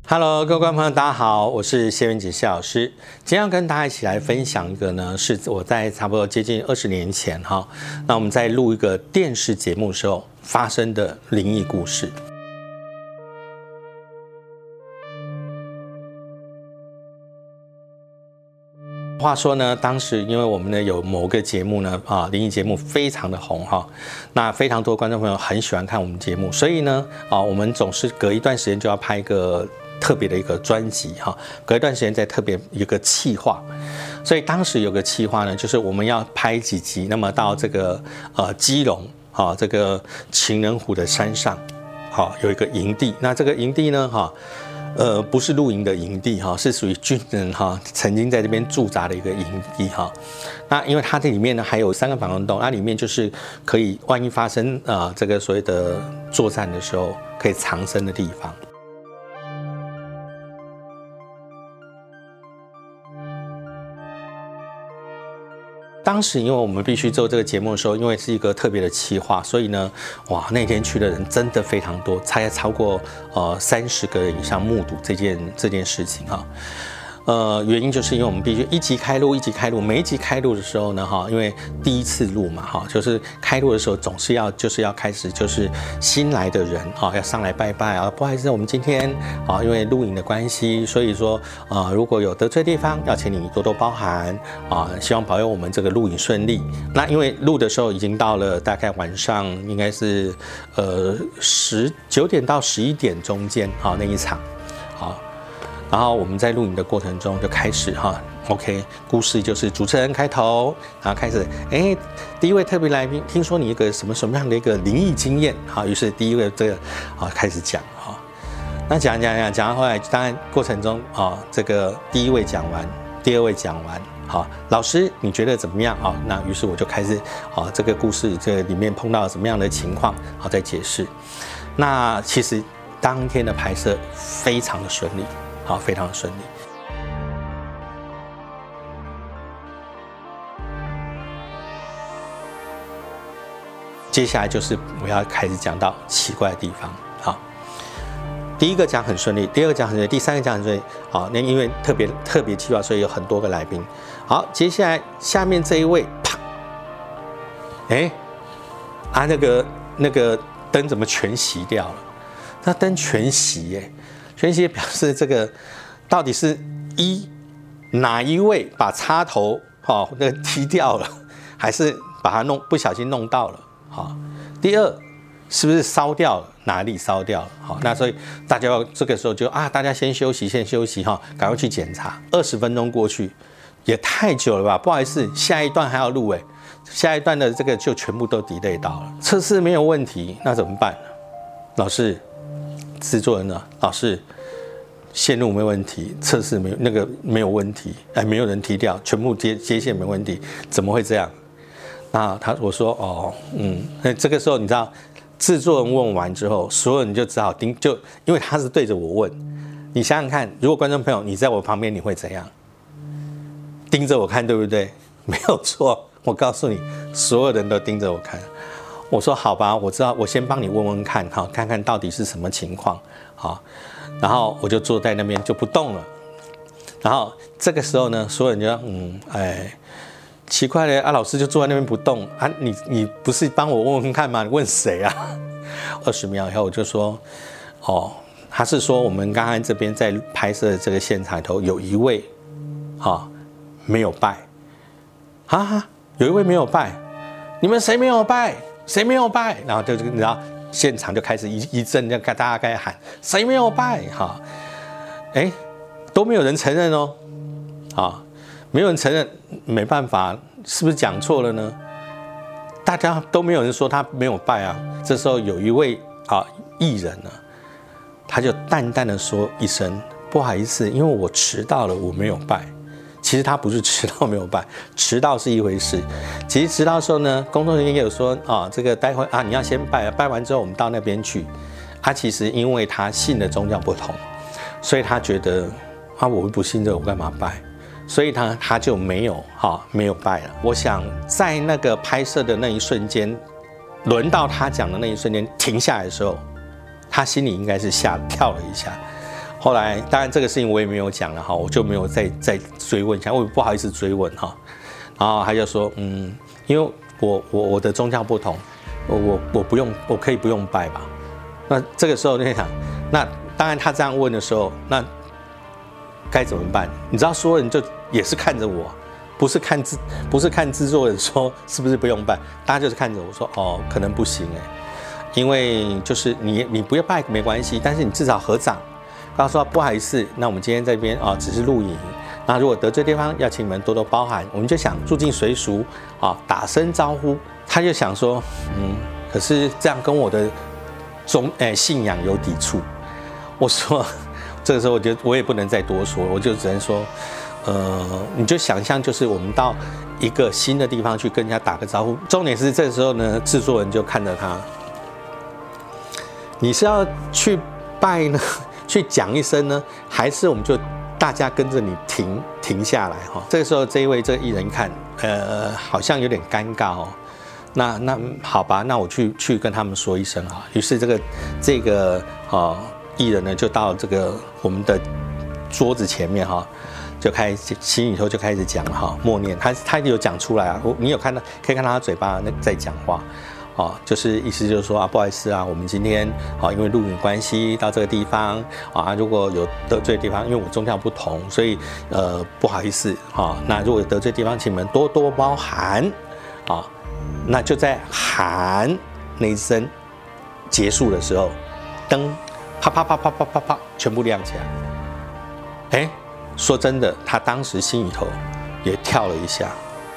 Hello， 各位观众朋友，大家好，我是谢元锦谢老师。今天要跟大家一起来分享一个呢，是我在差不多接近20年前哈，那我们在录一个电视节目的时候发生的灵异故事。话说呢，当时因为我们呢有某个节目呢灵异节目非常的红哈，那非常多观众朋友很喜欢看我们节目，所以呢我们总是隔一段时间就要拍一个特别的一个专辑哈，隔一段时间再特别一个企划，所以当时有个企划呢，就是我们要拍几集，那么到这个基隆这个情人湖的山上有一个营地，那这个营地呢不是露营的营地哈，是属于军人曾经在这边驻扎的一个营地哈。那因为它这里面呢还有3个防空洞，那里面就是可以万一发生这个所谓的作战的时候可以藏身的地方。当时因为我们必须做这个节目的时候，因为是一个特别的企划，所以呢，哇，那天去的人真的非常多，超过30个人以上目睹这件事情哈。原因就是因为我们必须一集开录，每一集开录的时候呢，因为第一次录嘛，就是开录的时候总是要开始就是新来的人要上来拜拜啊，不好意思，我们今天因为录影的关系，所以说如果有得罪的地方，要请你多多包涵希望保佑我们这个录影顺利。那因为录的时候已经到了大概晚上应该是9点到11点中间那一场然后我们在录影的过程中就开始OK， 故事就是主持人开头，然后开始第一位特别来宾，听说你一个什么样的一个灵异经验于是第一位这个开始讲那讲到后来，当然过程中这个第一位讲完，第二位讲完老师你觉得怎么样那于是我就开始这个故事这里面碰到了什么样的情况再解释。那其实当天的拍摄非常的顺利。非常的顺利。接下来就是我要开始讲到奇怪的地方。第一个讲很顺利，第二个讲很顺利，第三个讲很顺利。那因为特别计划，所以有很多个来宾。好，接下来下面这一位，啪，那个灯怎么全熄掉了？那灯全熄全息表示这个到底是哪一位把插头那个踢掉了，还是把它不小心弄到了第二是不是烧掉了，哪里烧掉了那所以大家这个时候就大家先休息赶快去检查。20分钟过去也太久了吧，不好意思，下一段还要录下一段的这个就全部都 delay 到了。测试没有问题，那怎么办？老师，制作人呢？老师，线路没问题，测试没有问题，没有人踢掉，全部接线没问题，怎么会这样？那我说那这个时候你知道，制作人问完之后，所有人就只好因为他是对着我问，你想想看，如果观众朋友你在我旁边，你会怎样？盯着我看，对不对？没有错，我告诉你，所有人都盯着我看。我说好吧，我知道，我先帮你问问看看看到底是什么情况然后我就坐在那边就不动了。然后这个时候呢，所有人就奇怪了老师就坐在那边不动你不是帮我问问看吗？你问谁啊？20秒以后我就说他是说我们刚刚这边在拍摄的这个现场头有一位没有拜有一位没有拜，你们谁没有拜？谁没有拜？然后然后现场就开始一阵，大家开始喊谁没有拜都没有人承认没有人承认，没办法，是不是讲错了呢？大家都没有人说他没有拜这时候有一位艺人呢，他就淡淡的说一声不好意思，因为我迟到了，我没有拜。其实他不是迟到没有拜，迟到是一回事。其实迟到的时候呢，工作人员也有说这个待会你要先拜，拜完之后我们到那边去。其实因为他信的宗教不同，所以他觉得我不信这个，我干嘛拜？所以他就没有拜了。我想在那个拍摄的那一瞬间，轮到他讲的那一瞬间停下来的时候，他心里应该是吓跳了一下。 后来当然这个事情我也没有讲了哈，我就没有再追问一下，我也不好意思追问哈。然后他就说，因为我的宗教不同，我不用，我可以不用拜吧？那这个时候就想，那当然他这样问的时候，那该怎么办？你知道，所有人就也是看着我，不是看制作人说是不是不用拜，大家就是看着我说，哦，可能不行因为就是你不要拜没关系，但是你至少合掌，告诉他不好意思，那我们今天这边只是录影。那如果得罪对方，要请你们多多包涵。我们就想入境随俗打声招呼。他就想说，可是这样跟我的信仰有抵触。我说，这个时候我也不能再多说，我就只能说，你就想象就是我们到一个新的地方去跟人家打个招呼。重点是这个时候呢，制作人就看着他，你是要去拜呢，去讲一声呢，还是我们就大家跟着你停下来哈？这个时候这个艺人看，好像有点尴尬那好吧，那我去跟他们说一声哈。于是这个艺人呢就到这个我们的桌子前面就开始心里头就开始讲了默念，他有讲出来啊，你有看到可以看到他嘴巴在讲话。就是意思就是说不好意思我们今天因为录影关系到这个地方如果有得罪的地方，因为我宗教不同，所以不好意思那如果有得罪的地方，请你们多多包涵那就在喊那一声结束的时候，灯啪啪啪啪啪啪啪全部亮起来。说真的，他当时心里头也跳了一下。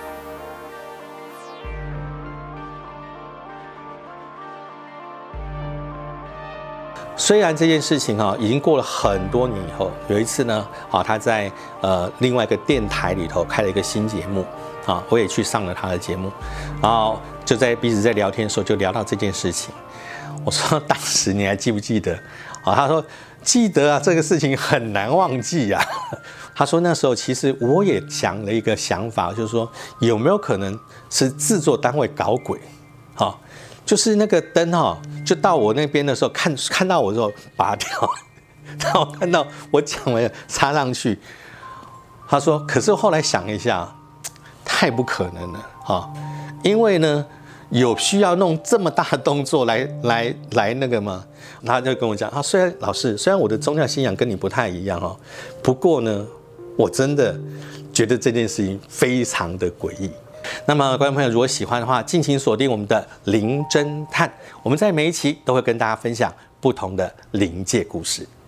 虽然这件事情已经过了很多年以后，有一次呢他在另外一个电台里头开了一个新节目我也去上了他的节目，然后就在彼此在聊天的时候就聊到这件事情。我说当时你还记不记得他说记得这个事情很难忘记他说那时候其实我也想了一个想法，就是说有没有可能是制作单位搞鬼就是那个灯就到我那边的时候看到我的时候拔掉，然后看到我讲完插上去。他说可是后来想一下太不可能了因为呢有需要弄这么大的动作来那个吗？他就跟我讲老师虽然我的宗教信仰跟你不太一样不过呢我真的觉得这件事情非常的诡异。那么观众朋友如果喜欢的话，敬请锁定我们的灵侦探，我们在每一期都会跟大家分享不同的灵界故事。